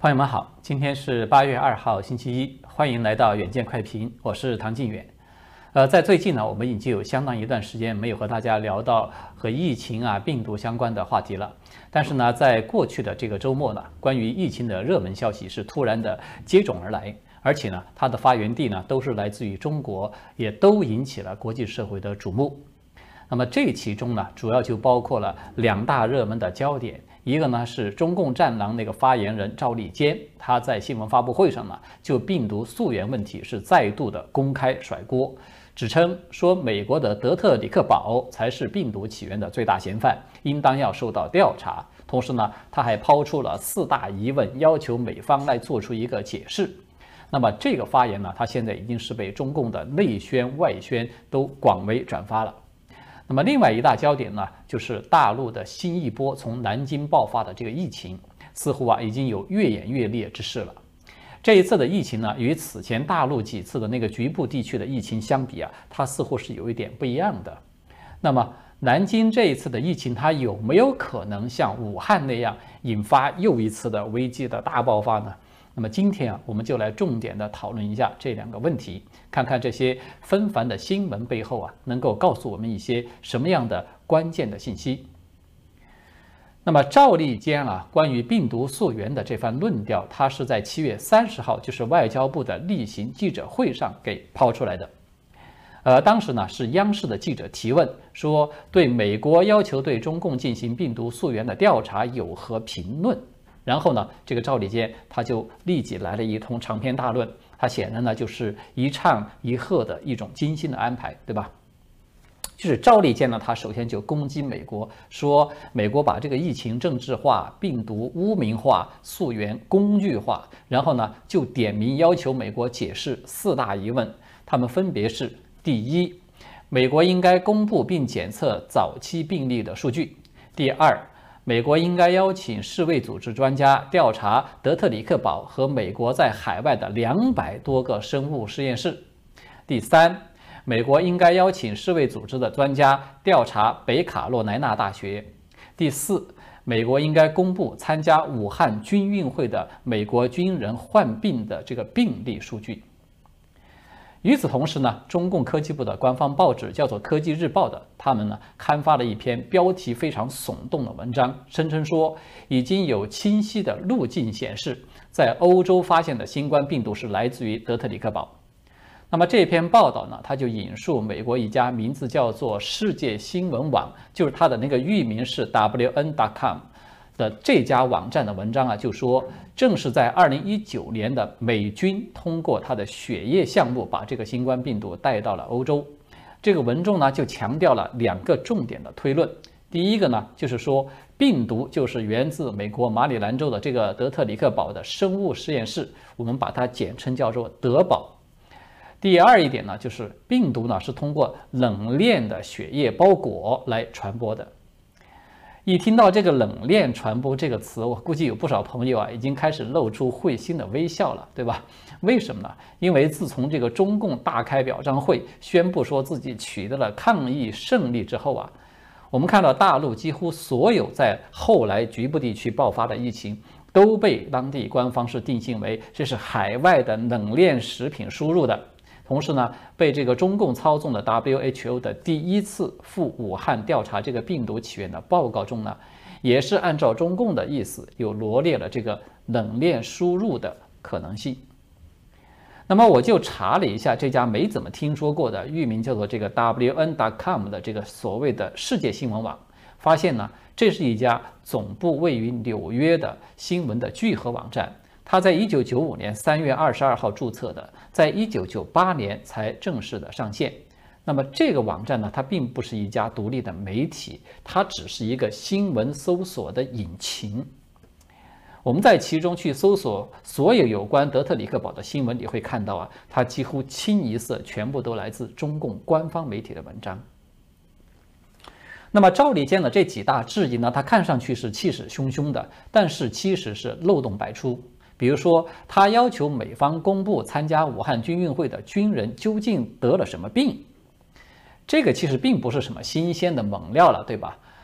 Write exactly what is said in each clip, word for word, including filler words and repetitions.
朋友们好，今天是八月二号星期一，欢迎来到远见快评，我是唐晋远。呃，在最近呢，我们已经有相当一段时间没有和大家聊到和疫情啊、病毒相关的话题了。但是呢，在过去的这个周末呢，关于疫情的热门消息是突然的接踵而来，而且呢，它的发源地呢都是来自于中国，也都引起了国际社会的瞩目。那么这其中呢，主要就包括了两大热门的焦点。一个呢是中共战狼那个发言人赵立坚，他在新闻发布会上呢，就病毒溯源问题是再度的公开甩锅，指称说美国的德特里克堡才是病毒起源的最大嫌犯，应当要受到调查。同时呢，他还抛出了四大疑问，要求美方来做出一个解释。那么这个发言呢，他现在已经是被中共的内宣外宣都广为转发了。那么另外一大焦点呢，就是大陆的新一波从南京爆发的这个疫情，似乎啊已经有越演越烈之势了。这一次的疫情呢，与此前大陆几次的那个局部地区的疫情相比啊，它似乎是有一点不一样的。那么南京这一次的疫情，它有没有可能像武汉那样引发又一次的危机的大爆发呢？那么今天啊，我们就来重点的讨论一下这两个问题，看看这些纷繁的新闻背后啊，能够告诉我们一些什么样的关键的信息。那么赵立坚啊，关于病毒溯源的这番论调，他是在七月三十号，就是外交部的例行记者会上给抛出来的。呃，当时呢是央视的记者提问说，对美国要求对中共进行病毒溯源的调查有何评论？然后呢，这个赵立坚他就立即来了一通长篇大论，他显然呢就是一唱一和的一种精心的安排，对吧？就是赵立坚呢，他首先就攻击美国，说美国把这个疫情政治化、病毒污名化、溯源工具化，然后呢就点名要求美国解释四大疑问，他们分别是：第一，美国应该公布并检测早期病例的数据；第二，美国应该邀请世卫组织专家调查德特里克堡和美国在海外的两百多个生物实验室；第三，美国应该邀请世卫组织的专家调查北卡罗来纳大学；第四，美国应该公布参加武汉军运会的美国军人患病的这个病例数据。与此同时呢，中共科技部的官方报纸叫做《科技日报》的，他们呢刊发了一篇标题非常耸动的文章，声称说已经有清晰的路径显示，在欧洲发现的新冠病毒是来自于德特里克堡。那么这篇报道呢，他就引述美国一家名字叫做世界新闻网，就是它的那个域名是 W N 点 com 的这家网站的文章啊，就说正是在二零一九年的美军通过他的血液项目把这个新冠病毒带到了欧洲。这个文中呢就强调了两个重点的推论。第一个呢就是说病毒就是源自美国马里兰州的这个德特里克堡的生物实验室，我们把它简称叫做德堡。第二一点呢就是病毒呢是通过冷链的血液包裹来传播的。一听到这个冷链传播这个词，我估计有不少朋友啊已经开始露出会心的微笑了，对吧？为什么呢？因为自从这个中共大开表彰会宣布说自己取得了抗疫胜利之后啊，我们看到大陆几乎所有在后来局部地区爆发的疫情都被当地官方是定性为这是海外的冷链食品输入的。同时呢，被这个中共操纵的 W H O 的第一次赴武汉调查这个病毒起源的报告中呢，也是按照中共的意思，有罗列了这个冷链输入的可能性。那么我就查了一下这家没怎么听说过的域名叫做这个 W N 点 com 的这个所谓的世界新闻网，发现呢，这是一家总部位于纽约的新闻的聚合网站。它在一九九五年三月二十二号注册的，在一九九八年才正式的上线。那么这个网站呢，它并不是一家独立的媒体，它只是一个新闻搜索的引擎。我们在其中去搜索所有有关德特里克堡的新闻，你会看到啊，它几乎清一色全部都来自中共官方媒体的文章。那么赵立坚的这几大质疑呢，它看上去是气势汹汹的，但是其实是漏洞百出。比如说，他要求美方公布参加武汉军运会的军人究竟得了什么病，这个其实并不是什么新鲜的猛料了，对吧？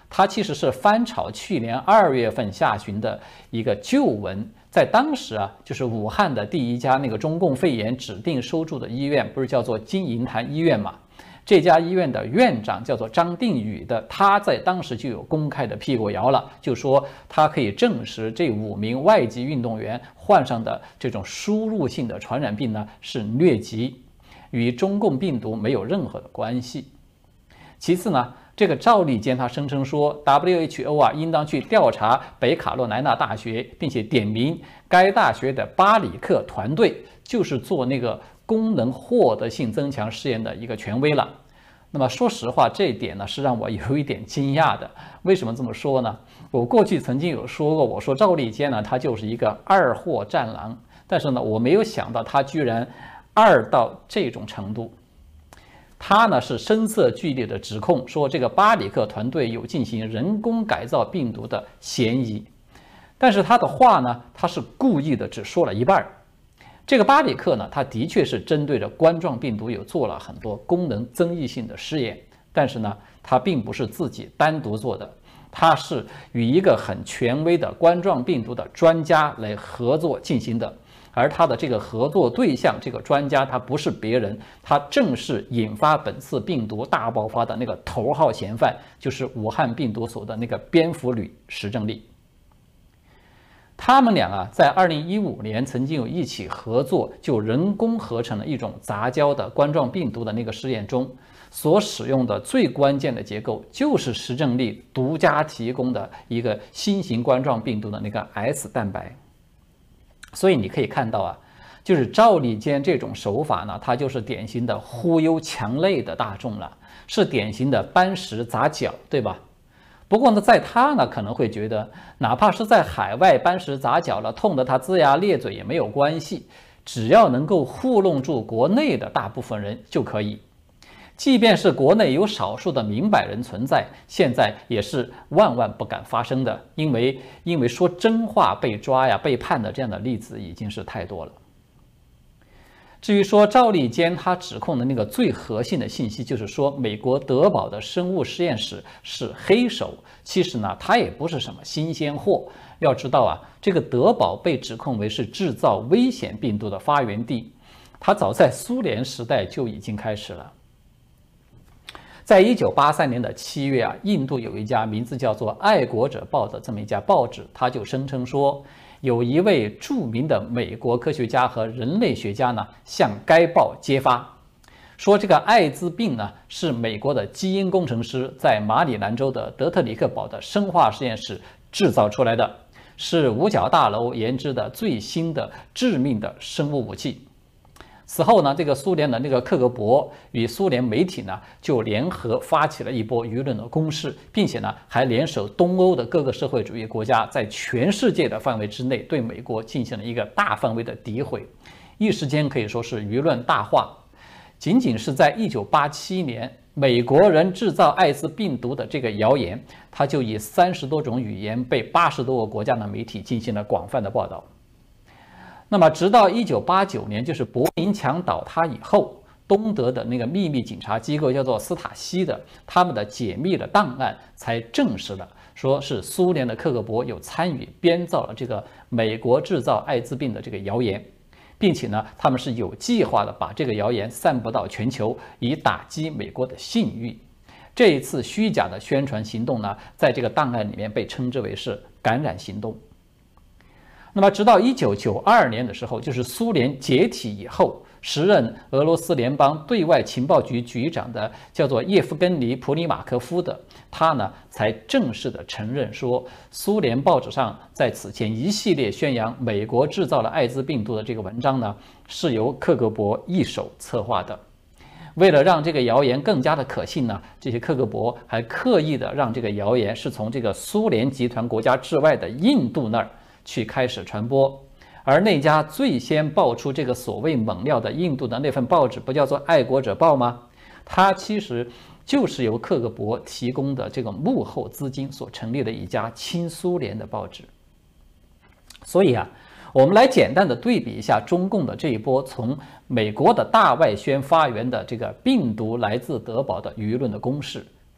它其实是翻炒去年二月份下旬的一个旧文，在当时啊，就是武汉的第一家那个中共肺炎指定收治的医院，不是叫做金银潭医院嘛？这家医院的院长叫做张定宇的，他在当时就有公开的辟过谣了，就说他可以证实这五名外籍运动员患上的这种输入性的传染病呢是疟疾，与中共病毒没有任何的关系。其次呢，这个赵立坚他声称说 ，W H O 啊应当去调查北卡罗来纳大学，并且点名该大学的巴里克团队就是做那个功能获得性增强试验的一个权威了。那么说实话，这一点呢是让我有一点惊讶的。为什么这么说呢？我过去曾经有说过，我说赵立坚呢，他就是一个二货战狼，但是呢，我没有想到他居然二到这种程度。他呢是声色俱厉的指控说，这个巴里克团队有进行人工改造病毒的嫌疑，但是他的话呢，他是故意的只说了一半。这个巴里克呢，他的确是针对着冠状病毒有做了很多功能增益性的试验，但是呢，他并不是自己单独做的，他是与一个很权威的冠状病毒的专家来合作进行的。而他的这个合作对象，这个专家，他不是别人，他正是引发本次病毒大爆发的那个头号嫌犯，就是武汉病毒所的那个蝙蝠女石正丽。他们俩啊，在二零一五年曾经有一起合作，就人工合成了一种杂交的冠状病毒的那个试验中，所使用的最关键的结构，就是石正丽独家提供的一个新型冠状病毒的那个 S 蛋白。所以你可以看到啊，就是赵立坚这种手法呢，它就是典型的忽悠强累的大众了，是典型的搬石砸脚，对吧？不过呢，在他呢可能会觉得，哪怕是在海外搬石砸脚了，痛得他龇牙咧嘴也没有关系，只要能够糊弄住国内的大部分人就可以。即便是国内有少数的明白人存在，现在也是万万不敢发生的，因为因为说真话被抓呀、被判的这样的例子已经是太多了。至于说赵立坚他指控的那个最核心的信息，就是说美国德堡的生物实验室是黑手，其实呢，它也不是什么新鲜货。要知道啊，这个德堡被指控为是制造危险病毒的发源地，它早在苏联时代就已经开始了。在一九八三年的七月啊，印度有一家名字叫做《爱国者报》的这么一家报纸，它就声称说，有一位著名的美国科学家和人类学家呢，向该报揭发，说这个艾滋病呢是美国的基因工程师在马里兰州的德特里克堡的生化实验室制造出来的，是五角大楼研制的最新的致命的生物武器。此后呢，这个苏联的那个克格勃与苏联媒体呢，就联合发起了一波舆论的攻势，并且呢，还联手东欧的各个社会主义国家，在全世界的范围之内对美国进行了一个大范围的诋毁，一时间可以说是舆论大化。仅仅是在一九八七年，美国人制造艾滋病毒的这个谣言，它就以三十多种语言被八十多个国家的媒体进行了广泛的报道。那么，直到一九八九年，就是柏林墙倒塌以后，东德的那个秘密警察机构叫做斯塔西的，他们的解密的档案才证实了，说是苏联的克格勃有参与编造了这个美国制造艾滋病的这个谣言，并且呢，他们是有计划的把这个谣言散布到全球，以打击美国的信誉。这一次虚假的宣传行动呢，在这个档案里面被称之为是感染行动。那么，直到一九九二年的时候，就是苏联解体以后，时任俄罗斯联邦对外情报局局长的叫做叶夫根尼·普里马科夫的，他呢才正式的承认说，苏联报纸上在此前一系列宣扬美国制造了艾滋病毒的这个文章呢，是由克格勃一手策划的。为了让这个谣言更加的可信呢，这些克格勃还刻意的让这个谣言是从这个苏联集团国家之外的印度那儿去开始传播，而那家最先爆出这个所谓猛料的印度的那份报纸，不叫做《爱国者报》吗？它其实就是由克格勃提供的这个幕后资金所成立的一家亲苏联的报纸。所以啊，我们来简单的对比一下中共的这一波从美国的大外宣发源的这个病毒来自德堡的舆论的攻势，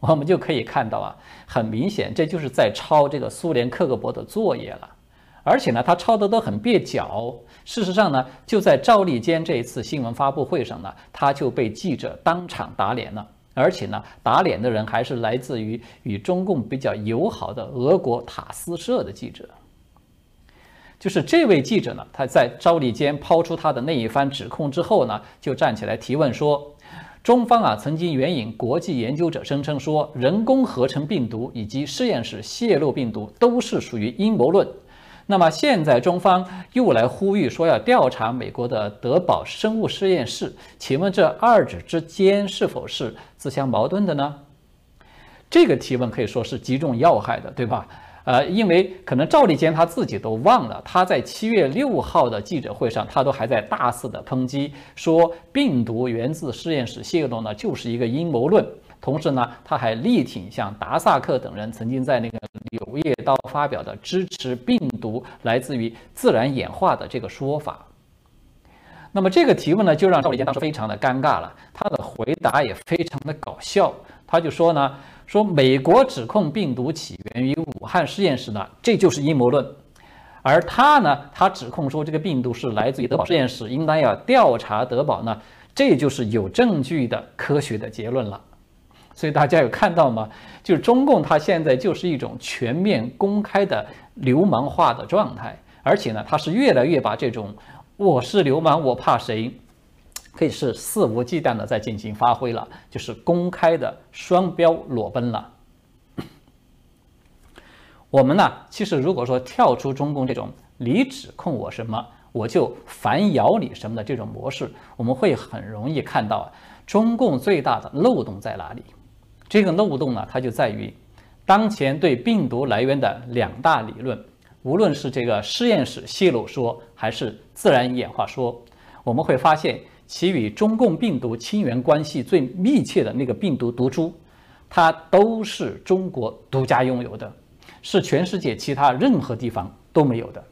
我们就可以看到啊，很明显这就是在抄这个苏联克格勃的作业了。而且呢，他抄的都很蹩脚。事实上呢，就在赵立坚这一次新闻发布会上呢，他就被记者当场打脸了。而且呢，打脸的人还是来自于与中共比较友好的俄国塔斯社的记者。就是这位记者呢，他在赵立坚抛出他的那一番指控之后呢，就站起来提问说，中方啊曾经援引国际研究者声称说，人工合成病毒以及实验室泄露病毒都是属于阴谋论。那么现在中方又来呼吁说要调查美国的德堡生物实验室，请问这二者之间是否是自相矛盾的呢？这个提问可以说是击中要害的，对吧？呃，因为可能赵立坚他自己都忘了，他在七月六号的记者会上，他都还在大肆的抨击，说病毒源自实验室泄露呢，就是一个阴谋论。同时呢，他还力挺像达萨克等人曾经在那个《柳叶刀》发表的支持病毒来自于自然演化的这个说法。那么这个提问呢，就让赵立坚当时非常的尴尬了。他的回答也非常的搞笑，他就说呢，说美国指控病毒起源于武汉实验室呢，这就是阴谋论。而他呢，他指控说这个病毒是来自于德堡实验室，应当要调查德堡呢，这就是有证据的科学的结论了。所以大家有看到吗？就是中共它现在就是一种全面公开的流氓化的状态，而且呢，它是越来越把这种我是流氓我怕谁，可以是肆无忌惮的在进行发挥了，就是公开的双标裸奔了。我们呢，其实如果说跳出中共这种你指控我什么，我就反咬你什么的这种模式，我们会很容易看到中共最大的漏洞在哪里。这个漏洞呢，它就在于当前对病毒来源的两大理论，无论是这个实验室泄露说还是自然演化说，我们会发现其与中共病毒亲缘关系最密切的那个病毒毒株，它都是中国独家拥有的，是全世界其他任何地方都没有的。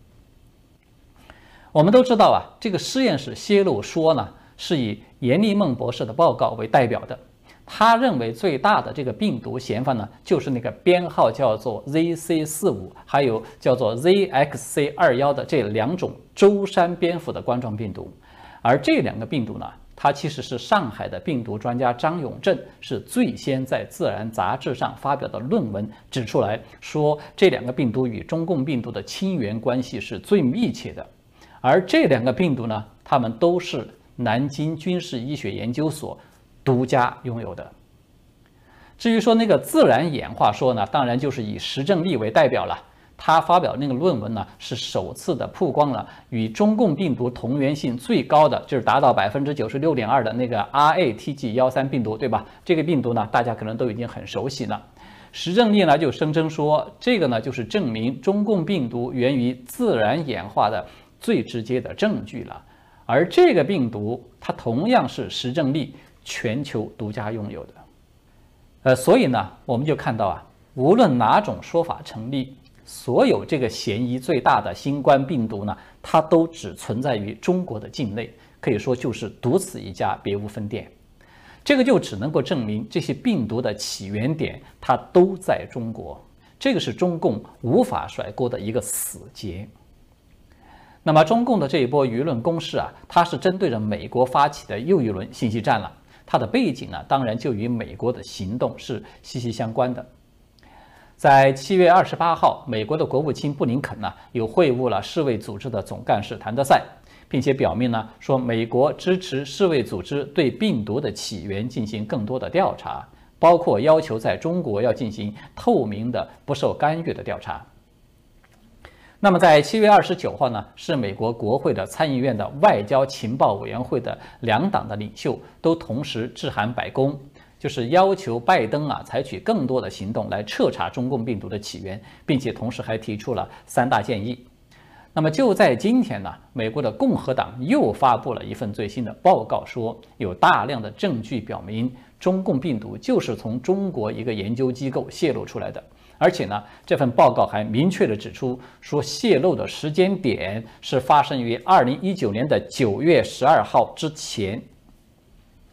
我们都知道啊，这个实验室泄露说呢，是以严立梦博士的报告为代表的。他认为最大的这个病毒嫌犯呢，就是那个编号叫做 Z C 四五，还有叫做 Z X C 二十一的这两种舟山蝙蝠的冠状病毒。而这两个病毒呢，它其实是上海的病毒专家张永正是最先在《自然》杂志上发表的论文指出来说，这两个病毒与中共病毒的亲缘关系是最密切的。而这两个病毒呢，它们都是南京军事医学研究所独家拥有的。至于说那个自然演化说呢，当然就是以石正丽为代表了。他发表那个论文呢，是首次的曝光了与中共病毒同源性最高的，就是达到百分之九十六点二的那个 R A T G 十三病毒，对吧？这个病毒呢，大家可能都已经很熟悉了。石正丽呢就声称说，这个呢就是证明中共病毒源于自然演化的最直接的证据了。而这个病毒，它同样是石正丽全球独家拥有的。呃，所以呢，我们就看到啊，无论哪种说法成立，所有这个嫌疑最大的新冠病毒呢，它都只存在于中国的境内，可以说就是独此一家，别无分店。这个就只能够证明这些病毒的起源点它都在中国，这个是中共无法甩锅的一个死结。那么中共的这一波舆论攻势啊，它是针对着美国发起的又一轮信息战了。它的背景呢，当然就与美国的行动是息息相关的。在七月二十八号，美国的国务卿布林肯呢，又会晤了世卫组织的总干事谭德赛，并且表明呢，说美国支持世卫组织对病毒的起源进行更多的调查，包括要求在中国要进行透明的、不受干预的调查。那么在七月二十九号呢，是美国国会的参议院的外交情报委员会的两党的领袖都同时致函白宫，就是要求拜登啊采取更多的行动来彻查中共病毒的起源，并且同时还提出了三大建议。那么就在今天呢，美国的共和党又发布了一份最新的报告，说有大量的证据表明中共病毒就是从中国一个研究机构泄露出来的。而且呢，这份报告还明确地指出，说泄露的时间点是发生于二零一九年的九月十二号之前。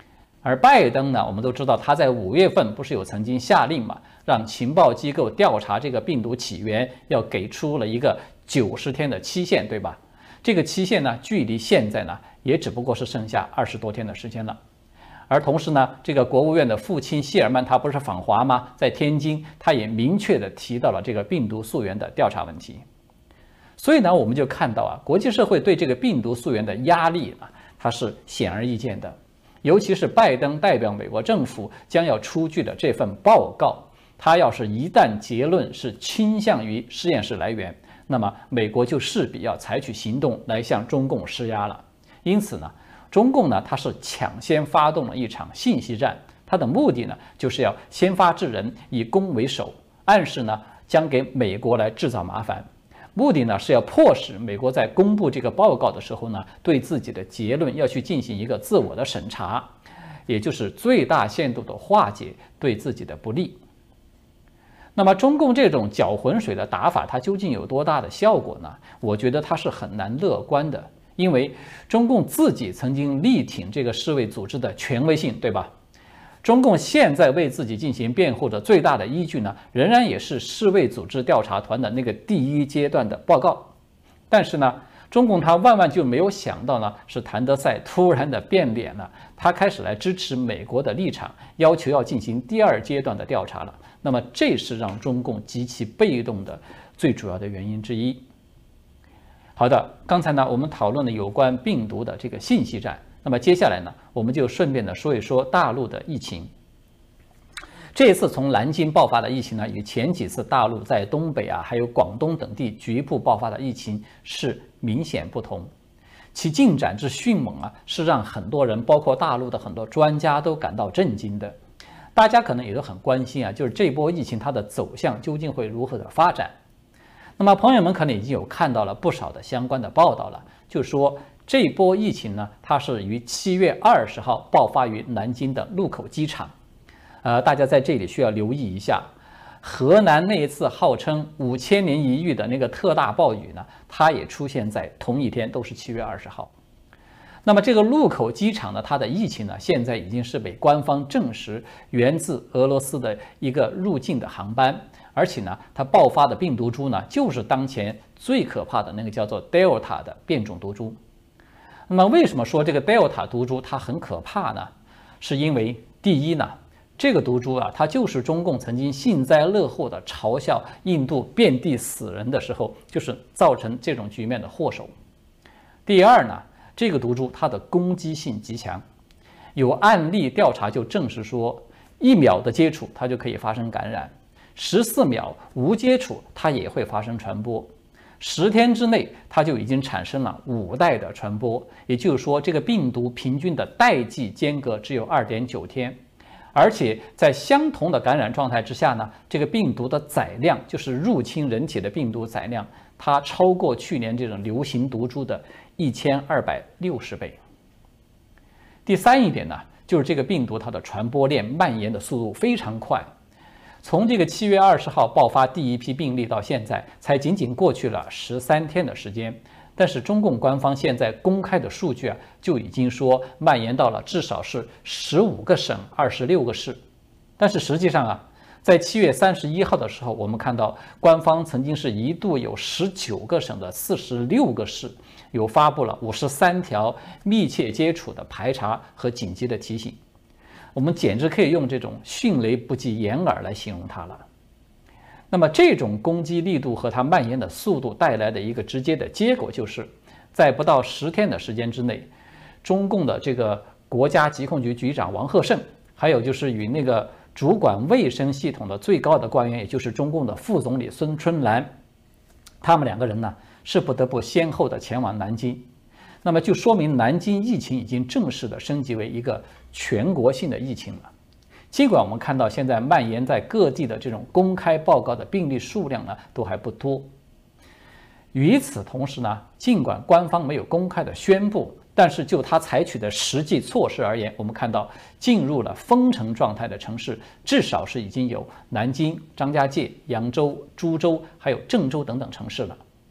而拜登呢，我们都知道他在五月份不是有曾经下令嘛，让情报机构调查这个病毒起源，要给出了一个九十天的期限，对吧？这个期限呢，距离现在呢，也只不过是剩下二十多天的时间了。而同时呢，这个国务院的副卿谢尔曼他不是访华吗？在天津，他也明确的提到了这个病毒溯源的调查问题。所以呢，我们就看到啊，国际社会对这个病毒溯源的压力呢，它是显而易见的。尤其是拜登代表美国政府将要出具的这份报告，他要是一旦结论是倾向于实验室来源，那么美国就势必要采取行动来向中共施压了。因此呢，中共呢，它是抢先发动了一场信息战，它的目的呢，就是要先发制人，以攻为守，暗示呢将给美国来制造麻烦。目的呢是要迫使美国在公布这个报告的时候呢，对自己的结论要去进行一个自我的审查，也就是最大限度的化解对自己的不利。那么中共这种搅浑水的打法，它究竟有多大的效果呢？我觉得它是很难乐观的，因为中共自己曾经力挺这个世卫组织的权威性，对吧？中共现在为自己进行辩护的最大的依据呢，仍然也是世卫组织调查团的那个第一阶段的报告。但是呢，中共他万万就没有想到呢，是谭德赛突然的变脸了，他开始来支持美国的立场，要求要进行第二阶段的调查了。那么这是让中共极其被动的最主要的原因之一。好的，刚才呢我们讨论了有关病毒的这个信息战。那么接下来呢，我们就顺便的说一说大陆的疫情。这一次从南京爆发的疫情呢，与前几次大陆在东北啊，还有广东等地局部爆发的疫情是明显不同。其进展之迅猛啊，是让很多人，包括大陆的很多专家都感到震惊的。大家可能也都很关心啊，就是这波疫情它的走向究竟会如何的发展。那么朋友们可能已经有看到了不少的相关的报道了，就是说这波疫情呢，它是于七月二十号爆发于南京的禄口机场。呃，大家在这里需要留意一下，河南那一次号称五千年一遇的那个特大暴雨呢，它也出现在同一天，都是七月二十号。那么这个禄口机场呢，它的疫情呢，现在已经是被官方证实源自俄罗斯的一个入境的航班，而且呢，它爆发的病毒株呢，就是当前最可怕的那个叫做 Delta 的变种毒株。那么为什么说这个 Delta 毒株它很可怕呢？是因为第一呢，这个毒株啊，它就是中共曾经幸灾乐祸的嘲笑印度遍地死人的时候，就是造成这种局面的祸首。第二呢，这个毒株它的攻击性极强，有案例调查就证实说，一秒的接触它就可以发生感染，十四秒无接触它也会发生传播。十天之内，它就已经产生了五代的传播，也就是说，这个病毒平均的代际间隔只有 二点九天，而且在相同的感染状态之下呢，这个病毒的载量，就是入侵人体的病毒载量，它超过去年这种流行毒株的一千二百六十倍。第三一点呢，就是这个病毒它的传播链蔓延的速度非常快。从这个七月二十号爆发第一批病例到现在，才仅仅过去了十三天的时间。但是中共官方现在公开的数据啊，就已经说蔓延到了至少是十五个省、二十六个市。但是实际上啊，在七月三十一号的时候，我们看到官方曾经是一度有十九个省的四十六个市，有发布了五十三条密切接触的排查和紧急的提醒。我们简直可以用这种迅雷不及掩耳来形容它了。那么这种攻击力度和它蔓延的速度带来的一个直接的结果，就是在不到十天的时间之内，中共的这个国家疾控局局长王鹤胜，还有就是与那个主管卫生系统的最高的官员，也就是中共的副总理孙春兰，他们两个人呢是不得不先后的前往南京。那么就说明南京疫情已经正式的升级为一个全国性的疫情了。尽管我们看到现在蔓延在各地的这种公开报告的病例数量呢都还不多。与此同时呢，尽管官方没有公开的宣布，但是就他采取的实际措施而言，我们看到进入了封城状态的城市，至少是已经有南京、张家界、扬州、株洲还有郑州等等城市了。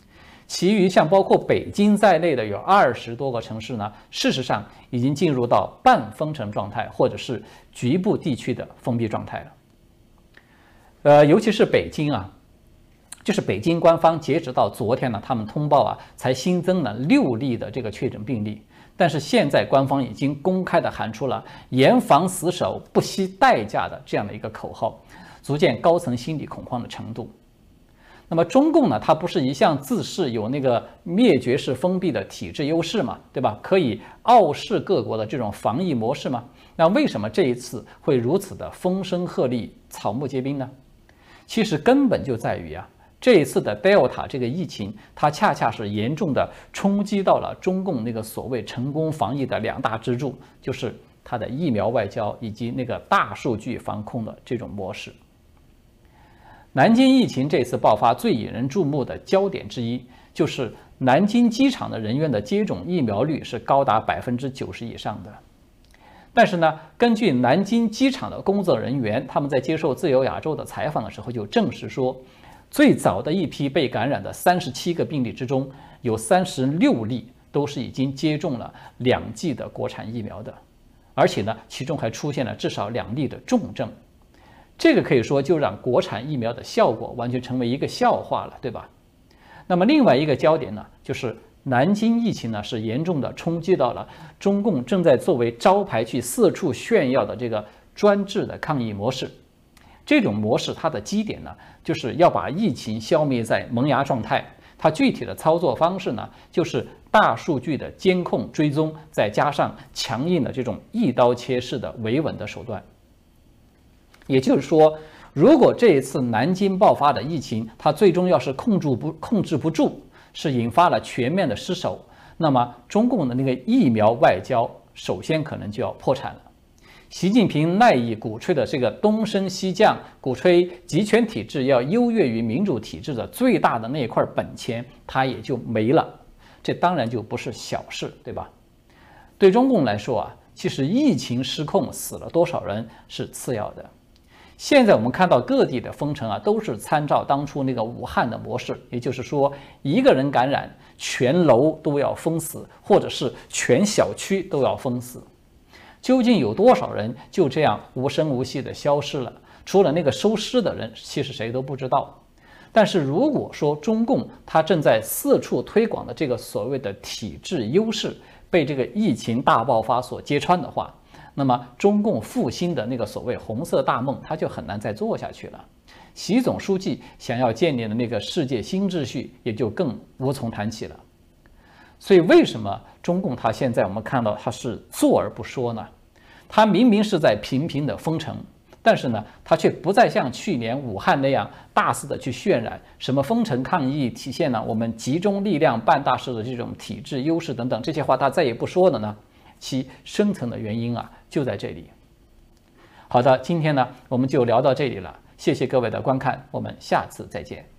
其余像包括北京在内的有二十多个城市呢，事实上已经进入到半封城状态，或者是局部地区的封闭状态了。呃，尤其是北京啊，就是北京官方截止到昨天呢，他们通报啊，才新增了六例的这个确诊病例。但是现在官方已经公开的喊出了“严防死守，不惜代价”的这样的一个口号，足见高层心理恐慌的程度。那么中共呢，它不是一向自恃有那个灭绝式封闭的体制优势嘛，对吧？可以傲视各国的这种防疫模式吗？那为什么这一次会如此的风声鹤唳、草木皆兵呢？其实根本就在于啊，这一次的 Delta 这个疫情，它恰恰是严重的冲击到了中共那个所谓成功防疫的两大支柱，就是它的疫苗外交以及那个大数据防控的这种模式。南京疫情这次爆发最引人注目的焦点之一，就是南京机场的人员的接种疫苗率是高达百分之九十以上的。但是呢，根据南京机场的工作人员，他们在接受自由亚洲的采访的时候就证实说，最早的一批被感染的三十七个病例之中，有三十六例都是已经接种了两剂的国产疫苗的，而且呢，其中还出现了至少两例的重症。这个可以说就让国产疫苗的效果完全成为一个笑话了，对吧？那么另外一个焦点呢，就是南京疫情呢是严重的冲击到了中共正在作为招牌去四处炫耀的这个专制的抗疫模式。这种模式它的基点呢，就是要把疫情消灭在萌芽状态。它具体的操作方式呢，就是大数据的监控追踪，再加上强硬的这种一刀切式的维稳的手段。也就是说，如果这一次南京爆发的疫情，它最终要是控制不控制不住，是引发了全面的失守，那么中共的那个疫苗外交，首先可能就要破产了。习近平赖以鼓吹的这个东升西降，鼓吹集权体制要优越于民主体制的最大的那一块本钱，它也就没了。这当然就不是小事，对吧？对中共来说啊，其实疫情失控死了多少人是次要的。现在我们看到各地的封城啊，都是参照当初那个武汉的模式，也就是说，一个人感染，全楼都要封死，或者是全小区都要封死。究竟有多少人就这样无声无息的消失了？除了那个收尸的人，其实谁都不知道。但是如果说中共它正在四处推广的这个所谓的体制优势被这个疫情大爆发所揭穿的话，那么中共复兴的那个所谓红色大梦，它就很难再做下去了。习总书记想要建立的那个世界新秩序，也就更无从谈起了。所以为什么中共它现在我们看到它是坐而不说呢？它明明是在频频的封城，但是呢，它却不再像去年武汉那样大肆的去渲染什么封城抗疫体现了我们集中力量办大事的这种体制优势等等这些话，它再也不说了呢？其深层的原因啊，就在这里。好的，今天呢，我们就聊到这里了，谢谢各位的观看，我们下次再见。